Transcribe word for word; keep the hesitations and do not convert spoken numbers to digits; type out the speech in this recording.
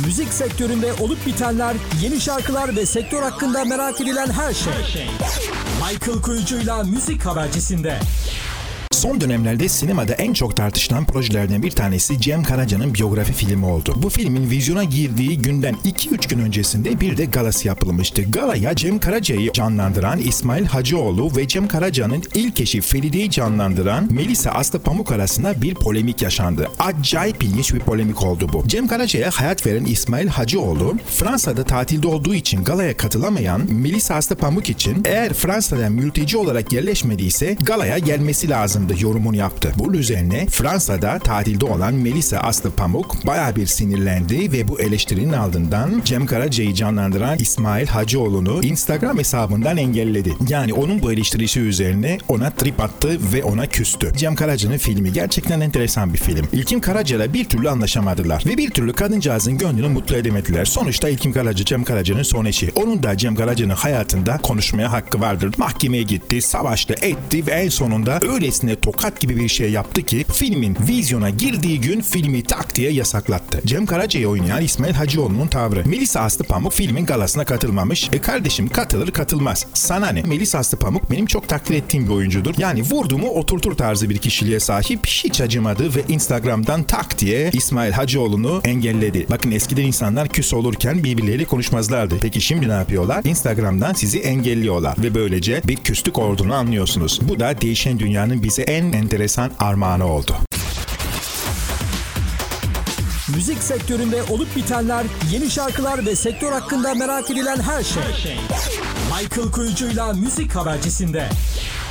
Müzik sektöründe olup bitenler, yeni şarkılar ve sektör hakkında merak edilen her şey. Michael Kuyucu'yla Müzik Habercisi'nde. Son dönemlerde sinemada en çok tartışılan projelerden bir tanesi Cem Karaca'nın biyografi filmi oldu. Bu filmin vizyona girdiği günden iki üç gün öncesinde bir de galası yapılmıştı. Galaya Cem Karaca'yı canlandıran İsmail Hacıoğlu ve Cem Karaca'nın ilk eşi Feride'yi canlandıran Melisa Aslı Pamuk arasında bir polemik yaşandı. Acayip ilginç bir polemik oldu bu. Cem Karaca'ya hayat veren İsmail Hacıoğlu, Fransa'da tatilde olduğu için galaya katılamayan Melisa Aslı Pamuk için eğer Fransa'da mülteci olarak yerleşmediyse galaya gelmesi lazımdı yorumunu yaptı. Bunun üzerine Fransa'da tatilde olan Melisa Aslı Pamuk bayağı bir sinirlendi ve bu eleştirinin ardından Cem Karaca'yı canlandıran İsmail Hacıoğlu'nu Instagram hesabından engelledi. Yani onun bu eleştirisi üzerine ona trip attı ve ona küstü. Cem Karaca'nın filmi gerçekten enteresan bir film. İlkim Karaca'yla bir türlü anlaşamadılar ve bir türlü kadıncağızın gönlünü mutlu edemediler. Sonuçta İlkim Karaca Cem Karaca'nın son eşi. Onun da Cem Karaca'nın hayatında konuşmaya hakkı vardır. Mahkemeye gitti, savaştı, etti ve en sonunda öylesine tokat gibi bir şey yaptı ki filmin vizyona girdiği gün filmi tak diye yasaklattı. Cem Karaca'yı oynayan İsmail Hacıoğlu'nun tavrı. Melisa Aslı Pamuk filmin galasına katılmamış. E kardeşim katılır katılmaz. Sana ne? Melisa Aslı Pamuk benim çok takdir ettiğim bir oyuncudur. Yani vurduğumu oturtur tarzı bir kişiliğe sahip, hiç acımadı ve Instagram'dan tak diye İsmail Hacıoğlu'nu engelledi. Bakın eskiden insanlar küs olurken birbirleriyle konuşmazlardı. Peki şimdi ne yapıyorlar? Instagram'dan sizi engelliyorlar ve böylece bir küslük olduğunu anlıyorsunuz. Bu da değişen dünyanın bize en enteresan armağanı oldu. Müzik sektöründe olup bitenler, yeni şarkılar ve sektör hakkında merak edilen her şey. Michael Kuyucu'yla Müzik Habercisi'nde.